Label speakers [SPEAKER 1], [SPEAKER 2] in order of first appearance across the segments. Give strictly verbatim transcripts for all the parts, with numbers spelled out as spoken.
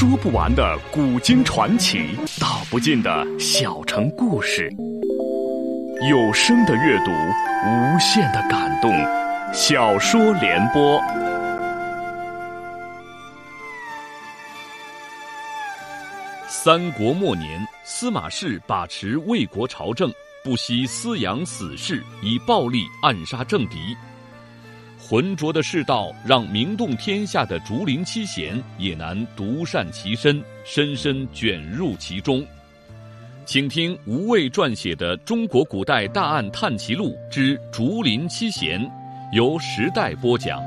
[SPEAKER 1] 说不完的古今传奇，道不尽的小城故事。有声的阅读，无限的感动。小说联播。三国末年，司马氏把持魏国朝政，不惜私养死士，以暴力暗杀政敌。浑浊的世道让名动天下的竹林七贤也难独善其身，深深卷入其中。请听吴畏撰写的《中国古代大案探奇录之竹林七贤》，由时代播讲。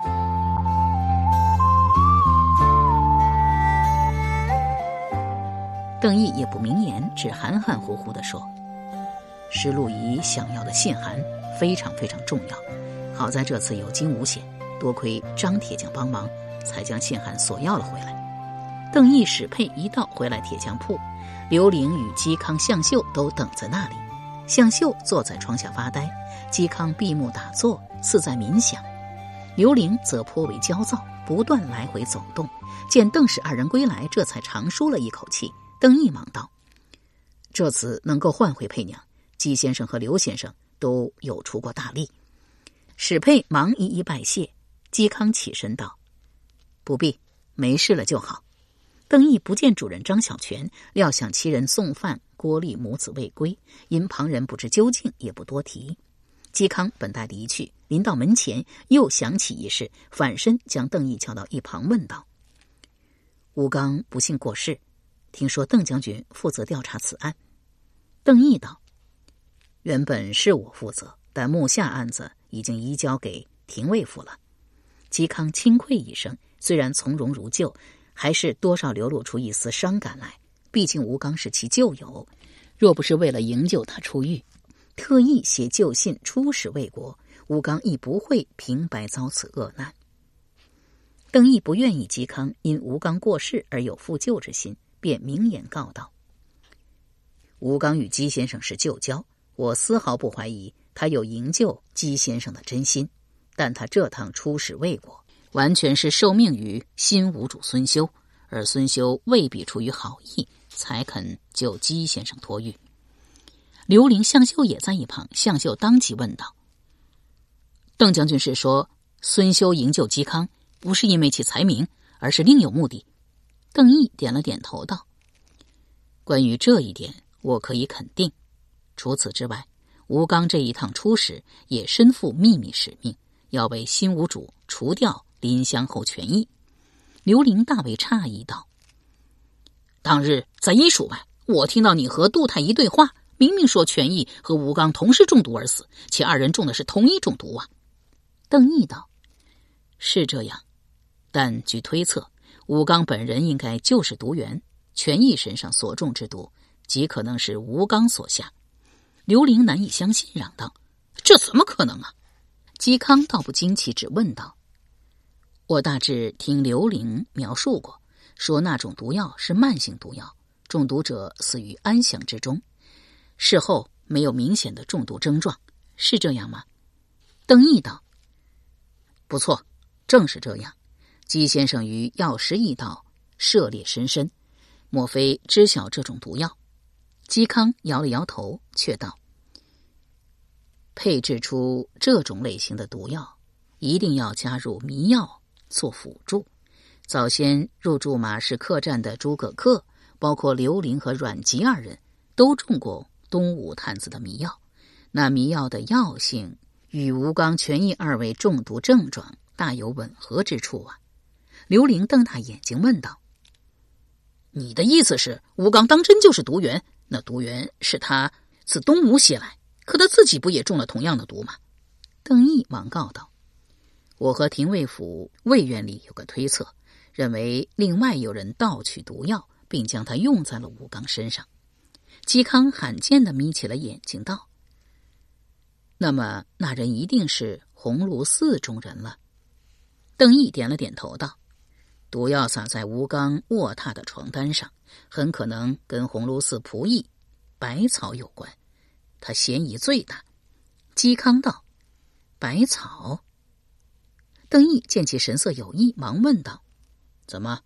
[SPEAKER 2] 邓毅也不明言，只含含糊糊地说：石路仪想要的信函非常非常重要，好在这次有惊无险，多亏张铁匠帮忙，才将信函索要了回来。邓毅使佩一道回来铁匠铺，刘伶与嵇康、向秀都等在那里。向秀坐在窗下发呆，嵇康闭目打坐，似在冥想。刘伶则颇为焦躁，不断来回走动。见邓氏二人归来，这才长舒了一口气。邓毅忙道：这次能够换回佩娘，嵇先生和刘先生都有出过大力。史佩忙一一拜谢。嵇康起身道：不必，没事了就好。邓毅不见主人张小泉，料想其人送饭，郭丽母子未归，因旁人不知究竟，也不多提。嵇康本待离去，临到门前又想起一事，反身将邓毅叫到一旁，问道：吴刚不幸过世，听说邓将军负责调查此案。邓毅道：原本是我负责，但目下案子已经移交给廷尉府了。嵇康轻愧一声，虽然从容如旧，还是多少流露出一丝伤感来。毕竟吴刚是其旧友，若不是为了营救他出狱，特意写旧信出使魏国，吴刚亦不会平白遭此恶难。邓毅不愿意嵇康因吴刚过世而有负救之心，便明言告道：吴刚与嵇先生是旧交，我丝毫不怀疑他有营救嵇先生的真心，但他这趟出使魏国，完全是受命于新吴主孙休，而孙休未必出于好意才肯救嵇先生脱狱。刘伶、向秀也在一旁，向秀当即问道：邓将军是说孙休营救嵇康不是因为其才名，而是另有目的？邓毅点了点头道：关于这一点我可以肯定。除此之外，吴刚这一趟出使也身负秘密使命，要为新吴主除掉临湘后权益。刘伶大为诧异道：当日在伊蜀外，我听到你和杜太医对话，明明说权益和吴刚同时中毒而死，且二人中的是同一种毒啊。邓毅道：是这样，但据推测，吴刚本人应该就是毒源，权益身上所中之毒极可能是吴刚所下。刘伶难以相信，嚷道：这怎么可能啊？嵇康倒不惊奇，只问道：我大致听刘伶描述过，说那种毒药是慢性毒药，中毒者死于安详之中，事后没有明显的中毒症状，是这样吗？邓毅道：不错，正是这样。嵇先生于药石一道涉猎深深，莫非知晓这种毒药？嵇康摇了摇头，却道：配制出这种类型的毒药，一定要加入迷药做辅助。早先入驻马氏客栈的诸葛恪，包括刘伶和阮籍二人，都中过东吴探子的迷药。那迷药的药性与吴刚、权益二位中毒症状大有吻合之处啊。刘伶瞪大眼睛问道：你的意思是吴刚当真就是毒源？那毒源是他自东吴携来，可他自己不也中了同样的毒吗？邓毅忙告道：我和廷尉府魏院里有个推测，认为另外有人盗取毒药，并将它用在了吴刚身上。嵇康罕见地眯起了眼睛道：那么那人一定是鸿胪寺中人了。邓毅点了点头道：毒药撒在吴刚卧榻的床单上，很可能跟鸿胪寺仆役百草有关，他嫌疑最大。嵇康道：百草？邓毅见其神色有异，忙问道：怎么，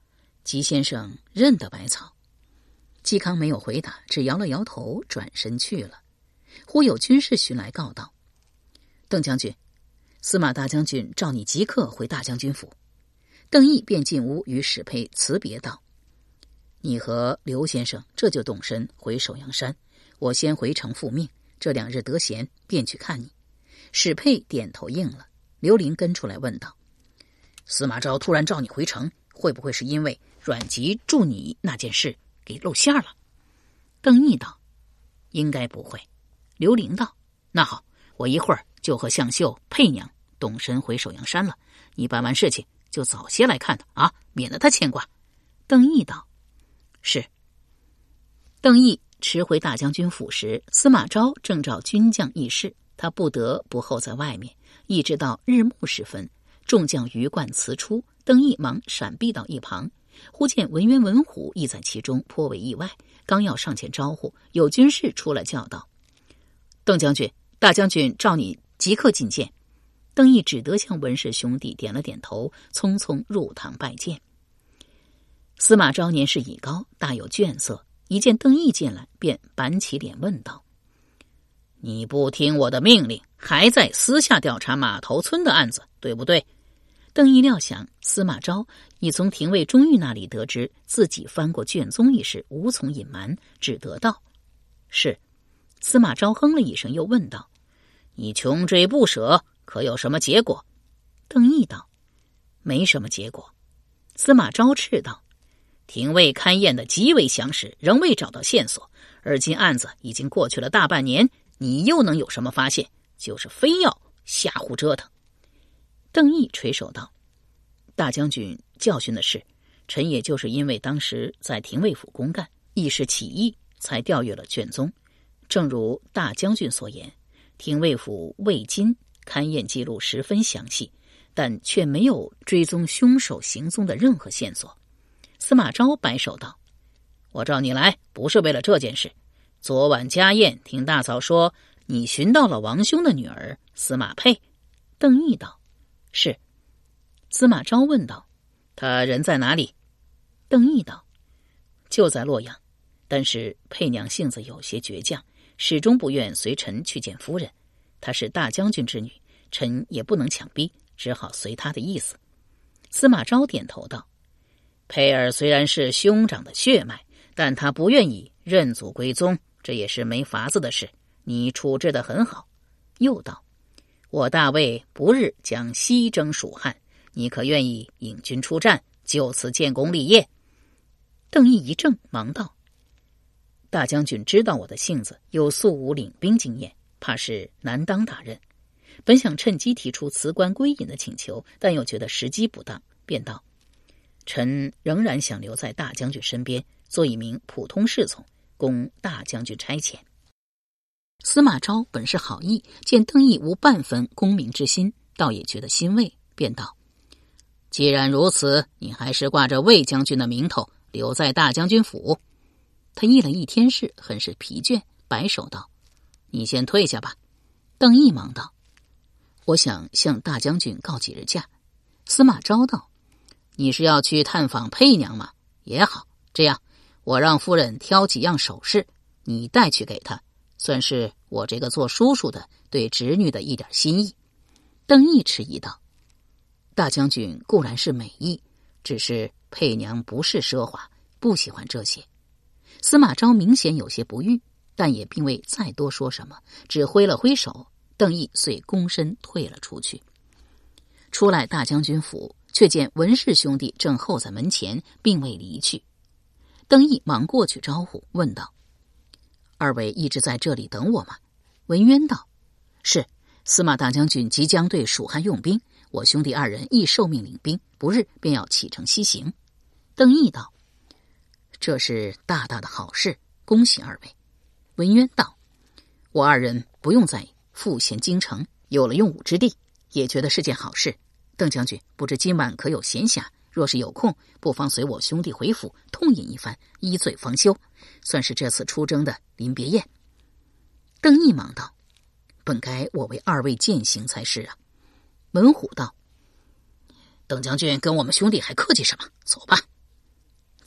[SPEAKER 2] 吉先生认得百草。嵇康没有回答，只摇了摇头，转身去了。忽有军士寻来告道：邓将军，司马大将军召你即刻回大将军府。邓毅便进屋与史沛辞别道：你和刘先生这就动身回首阳山，我先回城复命，这两日得闲便去看你。史沛点头应了。刘伶跟出来问道：司马昭突然召你回城，会不会是因为阮籍助你那件事给露馅了？邓毅道：应该不会。刘伶道：那好，我一会儿就和向秀、佩娘动身回首阳山了，你办完事情就早些来看他啊，免得他牵挂。邓毅道：是。邓毅迟回大将军府时，司马昭正召军将议事，他不得不候在外面，一直到日暮时分，众将鱼贯辞出，邓毅忙闪避到一旁，忽见文渊、文虎亦在其中，颇为意外，刚要上前招呼，有军士出来叫道：邓将军，大将军召你即刻觐见。邓毅只得向文氏兄弟点了点头，匆匆入堂拜见。司马昭年事已高，大有倦色，一见邓毅进来，便板起脸问道：你不听我的命令，还在私下调查马头村的案子，对不对？邓毅料想司马昭已从廷尉钟玉那里得知自己翻过卷宗一事，无从隐瞒，只得道：是。司马昭哼了一声，又问道：你穷追不舍，可有什么结果？邓毅道：没什么结果。司马昭斥道：廷尉勘验的极为详实，仍未找到线索，而今案子已经过去了大半年，你又能有什么发现？就是非要吓唬折腾。邓毅垂手道：大将军教训的是，臣也就是因为当时在廷尉府公干，一时起意，才调阅了卷宗。正如大将军所言，廷尉府魏金勘验记录十分详细，但却没有追踪凶手行踪的任何线索。司马昭摆手道：我召你来不是为了这件事，昨晚家宴听大嫂说你寻到了王兄的女儿司马沛。邓毅道：是。司马昭问道：他人在哪里？邓毅道：就在洛阳，但是沛娘性子有些倔强，始终不愿随臣去见夫人，她是大将军之女，臣也不能强逼，只好随她的意思。司马昭点头道：佩儿虽然是兄长的血脉，但她不愿意认祖归宗，这也是没法子的事，你处置得很好。又道：我大魏不日将西征蜀汉，你可愿意引军出战，就此建功立业？邓毅一怔，忙道：大将军知道我的性子，有素武领兵经验，怕是难当大任。本想趁机提出辞官归隐的请求，但又觉得时机不当，便道：臣仍然想留在大将军身边，做一名普通侍从，供大将军差遣。司马昭本是好意，见邓毅无半分功名之心，倒也觉得欣慰，便道：既然如此，你还是挂着魏将军的名头留在大将军府。他议了一天事，很是疲倦，摆手道：你先退下吧。邓毅忙道：我想向大将军告几日假。司马昭道：你是要去探访沛娘吗？也好，这样我让夫人挑几样首饰，你带去给她，算是我这个做叔叔的对侄女的一点心意。邓毅迟疑道：大将军固然是美意，只是沛娘不是奢华，不喜欢这些。司马昭明显有些不悦，但也并未再多说什么，只挥了挥手，邓毅遂躬身退了出去。出来大将军府，却见文氏兄弟正候在门前，并未离去。邓毅忙过去招呼，问道：二位一直在这里等我吗？文渊道：是，司马大将军即将对蜀汉用兵，我兄弟二人亦受命领兵，不日便要启程西行。邓毅道：这是大大的好事，恭喜二位。文渊道：我二人不用再复衔京城，有了用武之地，也觉得是件好事。邓将军不知今晚可有闲暇，若是有空，不妨随我兄弟回府痛饮一番，一醉方休，算是这次出征的临别宴。邓毅忙道：本该我为二位饯行才是啊。文虎道：邓将军跟我们兄弟还客气什么？走吧。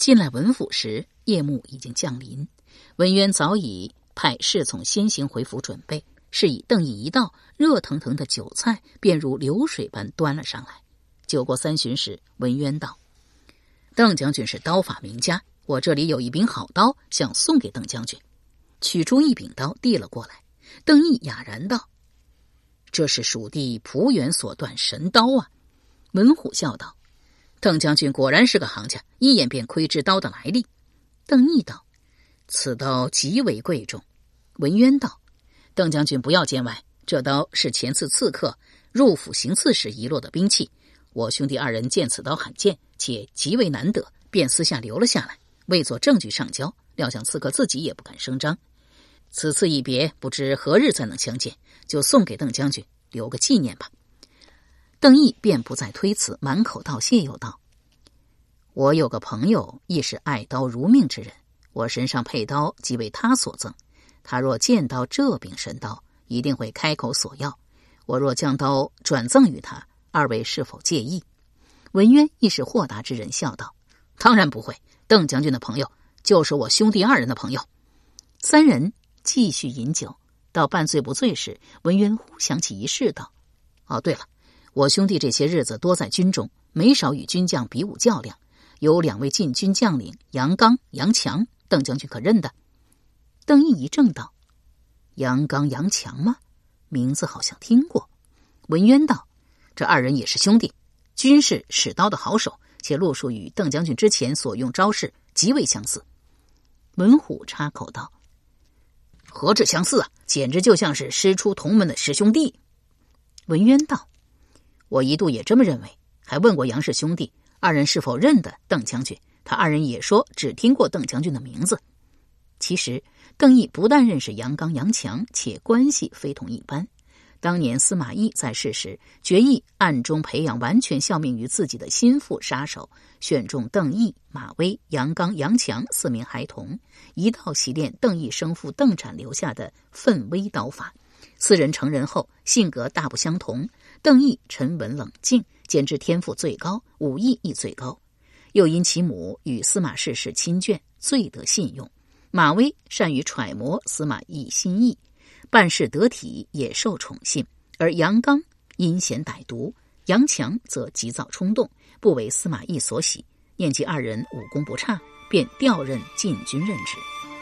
[SPEAKER 2] 进来文府时，夜幕已经降临，文渊早已派侍从先行回府准备，是以邓毅一到，热腾腾的酒菜便如流水般端了上来。酒过三巡时，文渊道：邓将军是刀法名家，我这里有一柄好刀，想送给邓将军。取出一柄刀递了过来。邓毅哑然道：这是蜀地蒲原所断神刀啊。文虎笑道：邓将军果然是个行家，一眼便窥知刀的来历。邓毅道：此刀极为贵重。文渊道：邓将军不要见外，这刀是前次刺客入府行刺时遗落的兵器，我兄弟二人见此刀罕见且极为难得，便私下留了下来，为做证据上交，料想刺客自己也不敢声张。此次一别，不知何日再能相见，就送给邓将军留个纪念吧。邓毅便不再推辞，满口道谢，又道：我有个朋友亦是爱刀如命之人，我身上佩刀即为他所赠，他若见到这柄神刀，一定会开口索要，我若将刀转赠于他，二位是否介意？文渊亦是豁达之人，笑道：当然不会，邓将军的朋友就是我兄弟二人的朋友。三人继续饮酒，到半醉不醉时，文渊忽想起一事，道：哦，对了，我兄弟这些日子多在军中，没少与军将比武较量，有两位禁军将领杨刚、杨强，邓将军可认得？邓毅一怔道：杨刚、杨强吗？名字好像听过。文渊道：这二人也是兄弟，均是使刀的好手，且路数与邓将军之前所用招式极为相似。文虎插口道：何止相似啊，简直就像是师出同门的师兄弟。文渊道：我一度也这么认为，还问过杨氏兄弟二人是否认得邓将军，他二人也说只听过邓将军的名字。其实邓毅不但认识杨刚、杨强，且关系非同一般。当年司马懿在世时，决意暗中培养完全效命于自己的心腹杀手，选中邓毅、马威、杨刚、杨强四名孩童，一道习练邓毅生父邓展留下的奋威刀法。四人成人后，性格大不相同。邓毅沉稳冷静，简直天赋最高，武艺亦最高。又因其母与司马氏是亲眷，最得信用。马威善于揣摩司马懿心意，办事得体，也受宠信。而杨刚阴险歹毒，杨强则急躁冲动，不为司马懿所喜。念及二人武功不差，便调任禁军任职。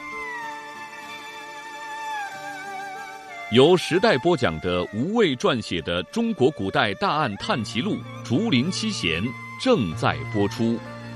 [SPEAKER 1] 由时代播讲的吴畏撰写的《中国古代大案探奇录·竹林七贤》正在播出。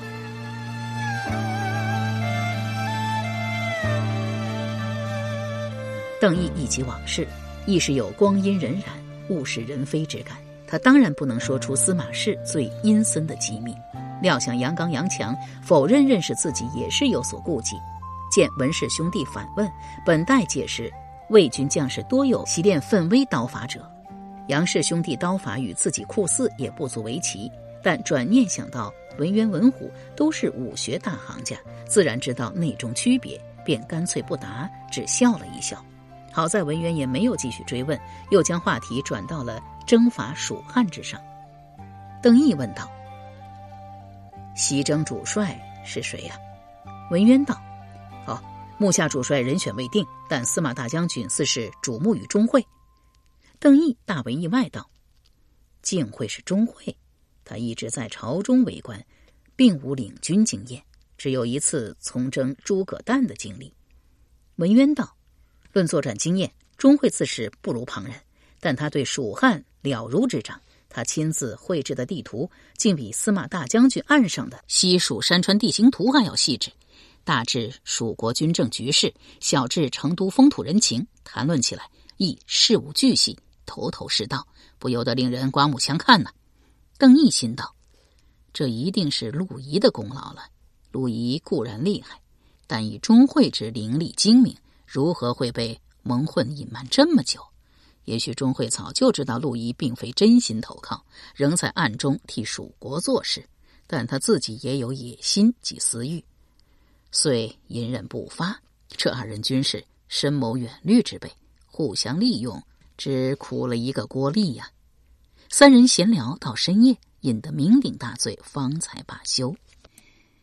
[SPEAKER 2] 邓毅忆及往事，亦是有光阴荏苒、物是人非之感。他当然不能说出司马氏最阴森的机密。料想杨刚、杨强否认认识自己，也是有所顾忌。见文氏兄弟反问，本待解释魏军将士多有习练奋威刀法者，杨氏兄弟刀法与自己酷似，也不足为奇。但转念想到文渊、文虎都是武学大行家，自然知道内中区别，便干脆不答，只笑了一笑。好在文渊也没有继续追问，又将话题转到了征伐蜀汉之上。邓毅问道：西征主帅是谁呀、啊？文渊道：哦，目下主帅人选未定，但司马大将军似是瞩目于钟会。邓毅大为意外道：竟会是钟会？他一直在朝中为官，并无领军经验，只有一次从征诸葛诞的经历。文渊道：论作战经验，钟会自是不如旁人，但他对蜀汉了如指掌。他亲自绘制的地图，竟比司马大将军案上的西蜀山川地形图还要细致，大至蜀国军政局势，小至成都风土人情，谈论起来亦事无巨细，头头是道，不由得令人刮目相看呐、啊。邓毅心道：这一定是陆仪的功劳了。陆仪固然厉害，但以钟会之伶俐精明，如何会被蒙混隐瞒这么久？也许钟会早就知道陆仪并非真心投靠，仍在暗中替蜀国做事，但他自己也有野心及私欲，遂隐忍不发。这二人均是深谋远虑之辈，互相利用，只苦了一个郭丽呀、啊。三人闲聊到深夜，饮得酩酊大醉，方才罢休。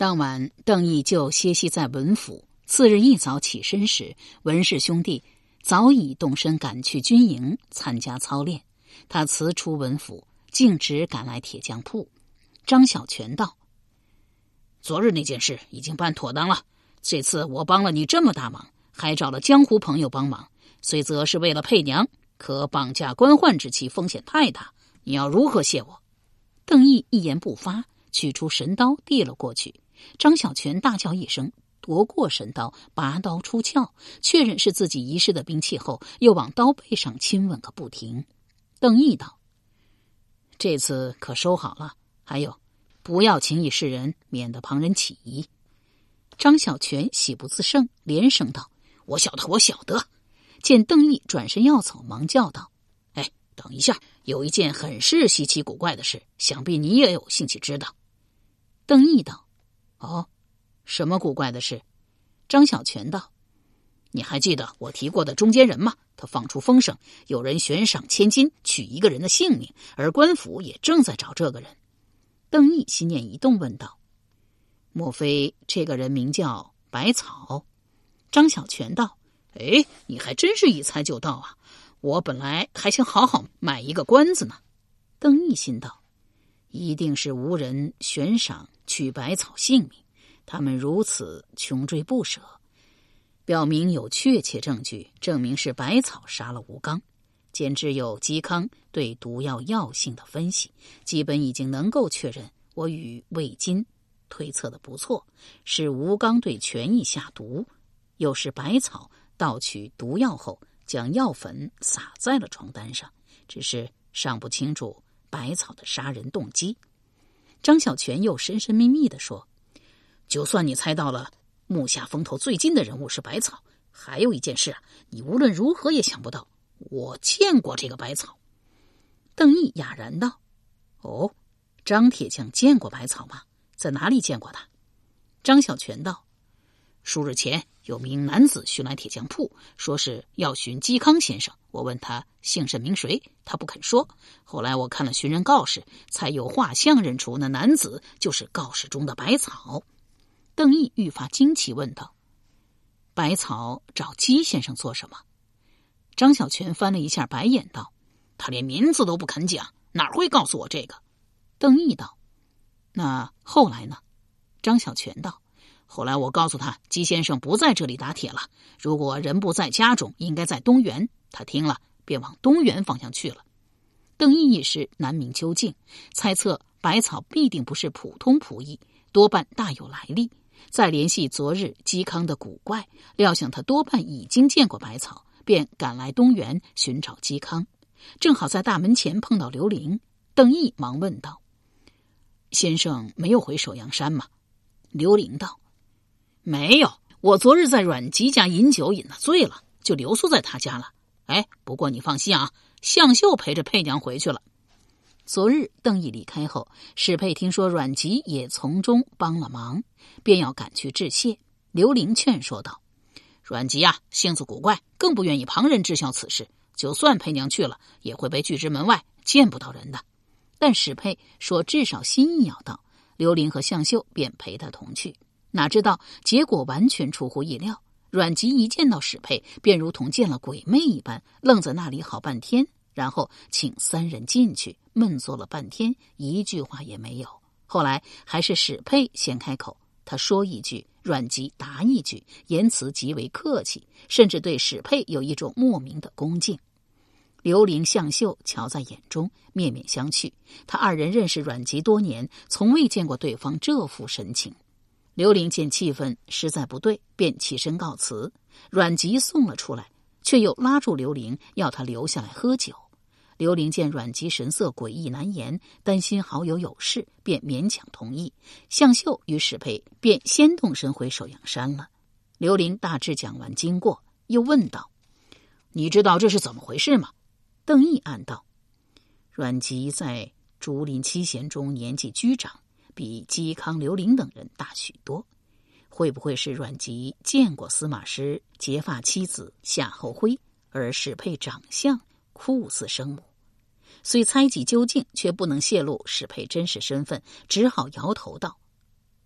[SPEAKER 2] 当晚，邓毅就歇息在文府。次日一早起身时，文氏兄弟早已动身赶去军营参加操练。他辞出文府，径直赶来铁匠铺。张小泉道：昨日那件事已经办妥当了，这次我帮了你这么大忙，还找了江湖朋友帮忙，虽则是为了配娘，可绑架官宦之妻风险太大，你要如何谢我？邓毅一言不发，取出神刀递了过去。张小泉大叫一声，夺过神刀，拔刀出鞘，确认是自己遗失的兵器后，又往刀背上亲吻个不停。邓毅道：这次可收好了，还有不要轻易示人，免得旁人起疑。张小泉喜不自胜，连声道：我晓得，我晓得。见邓毅转身要走，忙叫道：哎，等一下，有一件很是稀奇古怪的事，想必你也有兴趣知道。邓毅道：哦，什么古怪的事？张小泉道：你还记得我提过的中间人吗？他放出风声，有人悬赏千金取一个人的性命，而官府也正在找这个人。邓毅心念一动，问道：莫非这个人名叫百草？张小泉道：哎，你还真是一猜就到啊！我本来还想好好买一个关子呢。邓毅心道：一定是无人悬赏取百草性命，他们如此穷追不舍，表明有确切证据证明是百草杀了吴刚。简直有嵇康对毒药药性的分析，基本已经能够确认我与魏晋推测的不错，是吴刚对权益下毒，又是百草盗取毒药后将药粉撒在了床单上，只是尚不清楚百草的杀人动机。张小泉又神神秘秘地说：就算你猜到了木下风头最近的人物是百草，还有一件事啊，你无论如何也想不到，我见过这个百草。邓毅哑然道：哦，张铁匠见过百草吗？在哪里见过他？张小泉道：数日前有名男子寻来铁匠铺，说是要寻嵇康先生，我问他姓甚名谁，他不肯说。后来我看了寻人告示，才有画像认出那男子就是告示中的百草。邓毅愈发惊奇，问道：百草找嵇先生做什么？张小泉翻了一下白眼道：他连名字都不肯讲，哪会告诉我这个？邓毅道：那后来呢？张小泉道：后来我告诉他嵇先生不在这里打铁了，如果人不在家中，应该在东园。他听了便往东园方向去了。邓毅一时难明究竟，猜测百草必定不是普通仆役，多半大有来历。再联系昨日嵇康的古怪，料想他多半已经见过百草，便赶来东园寻找嵇康。正好在大门前碰到刘伶，邓毅忙问道：先生没有回首阳山吗？刘伶道：没有，我昨日在阮籍家饮酒饮得醉了，就留宿在他家了。哎，不过你放心啊，向秀陪着佩娘回去了。昨日邓毅离开后，史佩听说阮籍也从中帮了忙，便要赶去致谢。刘伶劝说道：阮籍啊，性子古怪，更不愿意旁人知晓此事，就算佩娘去了，也会被拒之门外，见不到人的。但史佩说至少心意要到，刘伶和向秀便陪他同去。哪知道结果完全出乎意料，阮籍一见到史佩，便如同见了鬼魅一般，愣在那里好半天，然后请三人进去，闷坐了半天，一句话也没有。后来还是史佩先开口，他说一句，阮籍答一句，言辞极为客气，甚至对史佩有一种莫名的恭敬。刘伶、向秀瞧在眼中，面面相觑。他二人认识阮籍多年，从未见过对方这副神情。刘伶见气氛实在不对，便起身告辞。阮籍送了出来，却又拉住刘伶，要他留下来喝酒。刘伶见阮籍神色诡异难言，担心好友有事，便勉强同意。向秀与史佩便先动身回首阳山了。刘伶大致讲完经过，又问道：你知道这是怎么回事吗？邓毅暗道：阮籍在竹林七贤中年纪居长，比嵇康、刘伶等人大许多，会不会是阮籍见过司马师结发妻子夏侯徽，而史佩长相酷似生母？虽猜忌究竟，却不能泄露史佩真实身份，只好摇头道：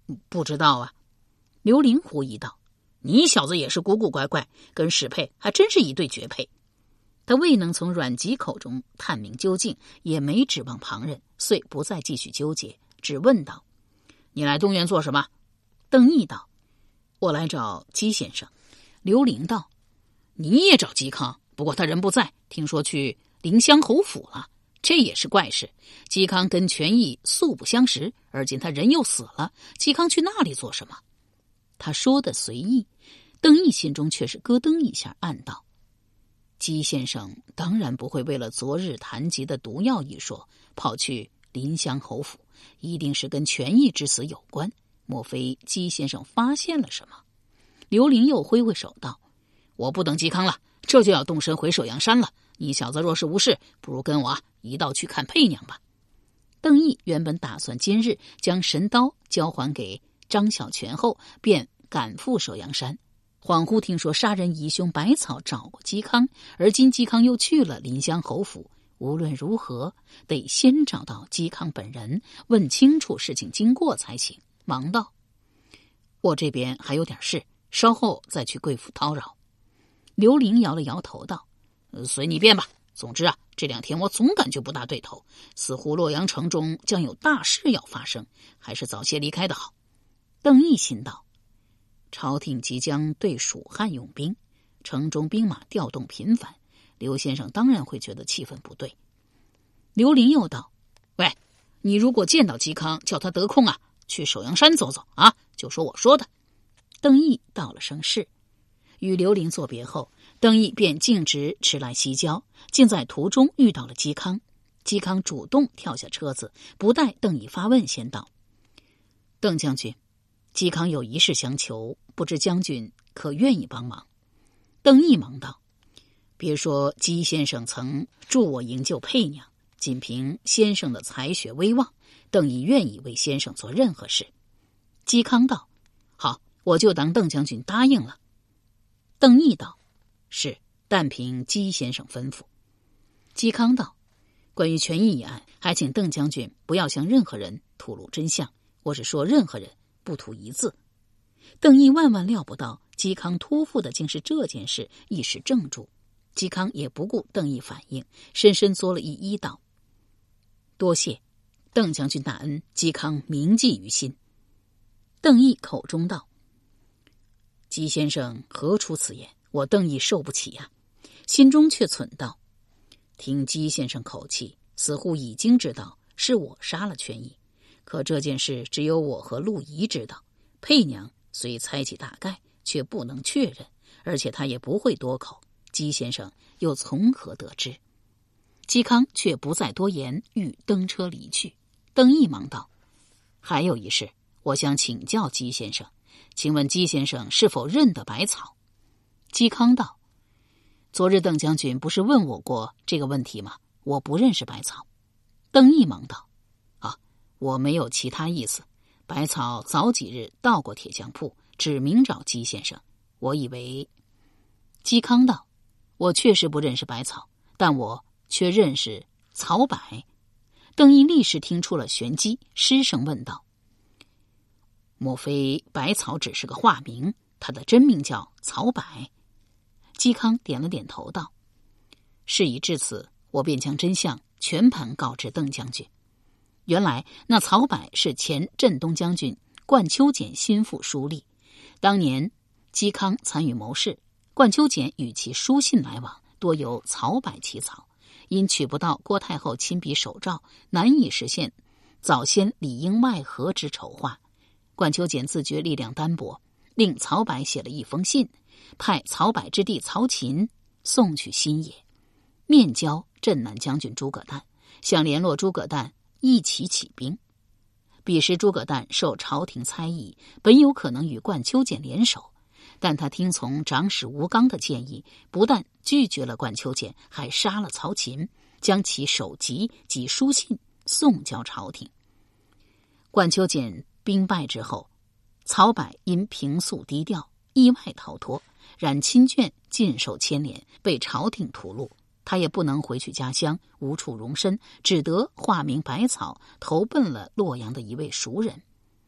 [SPEAKER 2] 不知道啊。刘伶狐疑道：你小子也是古古怪怪，跟史佩还真是一对绝配。他未能从阮籍口中探明究竟，也没指望旁人，遂不再继续纠结，只问道：你来东园做什么？邓毅道：我来找姬先生。刘伶道：你也找嵇康，不过他人不在，听说去临湘侯府了。这也是怪事，嵇康跟权益素不相识，而今他人又死了，嵇康去那里做什么？他说的随意，邓毅心中却是咯噔一下，暗道：姬先生当然不会为了昨日谈及的毒药一说跑去临湘侯府，一定是跟权益之死有关。莫非姬先生发现了什么？刘伶又挥挥手道：我不等嵇康了，这就要动身回首阳山了。你小子若是无事，不如跟我啊一道去看佩娘吧。邓毅原本打算今日将神刀交还给张小泉后，便赶赴首阳山，恍惚听说杀人疑凶百草找过嵇康，而今嵇康又去了临湘侯府，无论如何得先找到嵇康本人，问清楚事情经过才行。忙道：我这边还有点事，稍后再去贵府叨扰。刘伶摇了摇头道：随你便吧。总之啊，这两天我总感觉不大对头，似乎洛阳城中将有大事要发生，还是早些离开的好。邓毅心道：朝廷即将对蜀汉用兵，城中兵马调动频繁，刘先生当然会觉得气氛不对。刘伶又道：喂，你如果见到嵇康，叫他得空啊去首阳山走走啊，就说我说的。邓毅道了声是。与刘伶作别后，邓毅便径直驰来西郊，竟在途中遇到了嵇康。嵇康主动跳下车子，不待邓毅发问，先道：邓将军，嵇康有一事相求，不知将军可愿意帮忙？邓毅忙道：别说嵇先生曾助我营救佩娘，仅凭先生的才学威望，邓毅愿意为先生做任何事。嵇康道：好，我就当邓将军答应了。邓毅道：是，但凭嵇先生吩咐。嵇康道：关于权益一案，还请邓将军不要向任何人吐露真相，我是说任何人，不吐一字。邓毅万万料不到嵇康托付的竟是这件事，一时怔住。嵇康也不顾邓毅反应，深深作了一揖道：多谢邓将军大恩，嵇康铭记于心。邓毅口中道：嵇先生何出此言，我邓毅受不起呀、啊。心中却忖道：听嵇先生口气，似乎已经知道是我杀了权益，可这件事只有我和陆仪知道，佩娘虽猜其大概，却不能确认，而且他也不会多口，嵇先生又从何得知？嵇康却不再多言，欲登车离去。邓毅忙道：还有一事，我想请教嵇先生，请问嵇先生是否认得百草？嵇康道：昨日邓将军不是问我过这个问题吗？我不认识百草。邓毅忙道：啊，我没有其他意思，百草早几日到过铁匠铺，指明找嵇先生，我以为。嵇康道：我确实不认识百草，但我却认识草柏。邓毅立时听出了玄机，失声问道：莫非百草只是个化名，他的真名叫草柏？嵇康点了点头道：事已至此，我便将真相全盘告知邓将军。原来那草柏是前镇东将军冠秋俭心腹书吏，当年嵇康参与谋事，冠秋俭与其书信来往，多由草柏起草，因取不到郭太后亲笔手诏，难以实现早先里应外合之筹划。冠秋俭自觉力量单薄，令曹柏写了一封信，派曹柏之弟曹琴送去新野，面交镇南将军诸葛诞，想联络诸葛诞一起起兵。彼时诸葛诞受朝廷猜疑，本有可能与冠秋俭联手，但他听从长史吴刚的建议，不但拒绝了冠秋俭，还杀了曹琴，将其首级及书信送交朝廷。冠秋俭兵败之后，曹柏因平素低调，意外逃脱，然亲眷尽受牵连，被朝廷屠戮。他也不能回去家乡，无处容身，只得化名百草，投奔了洛阳的一位熟人。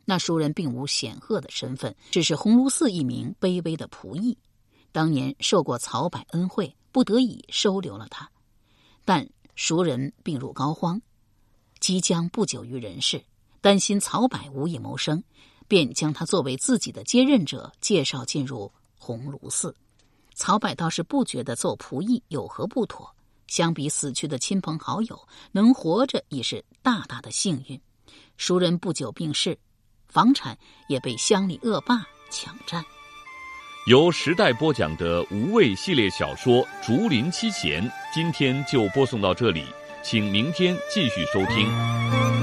[SPEAKER 2] 那熟人并无显赫的身份，只是鸿胪寺一名卑微的仆役，当年受过曹柏恩惠，不得已收留了他。但熟人病入膏肓，即将不久于人世，担心曹柏无以谋生，便将他作为自己的接任者介绍进入鸿胪寺。曹柏倒是不觉得做仆役有何不妥，相比死去的亲朋好友，能活着已是大大的幸运。熟人不久病逝，房产也被乡里恶霸抢占。
[SPEAKER 1] 由时代播讲的无畏系列小说《竹林七贤》，今天就播送到这里，请明天继续收听。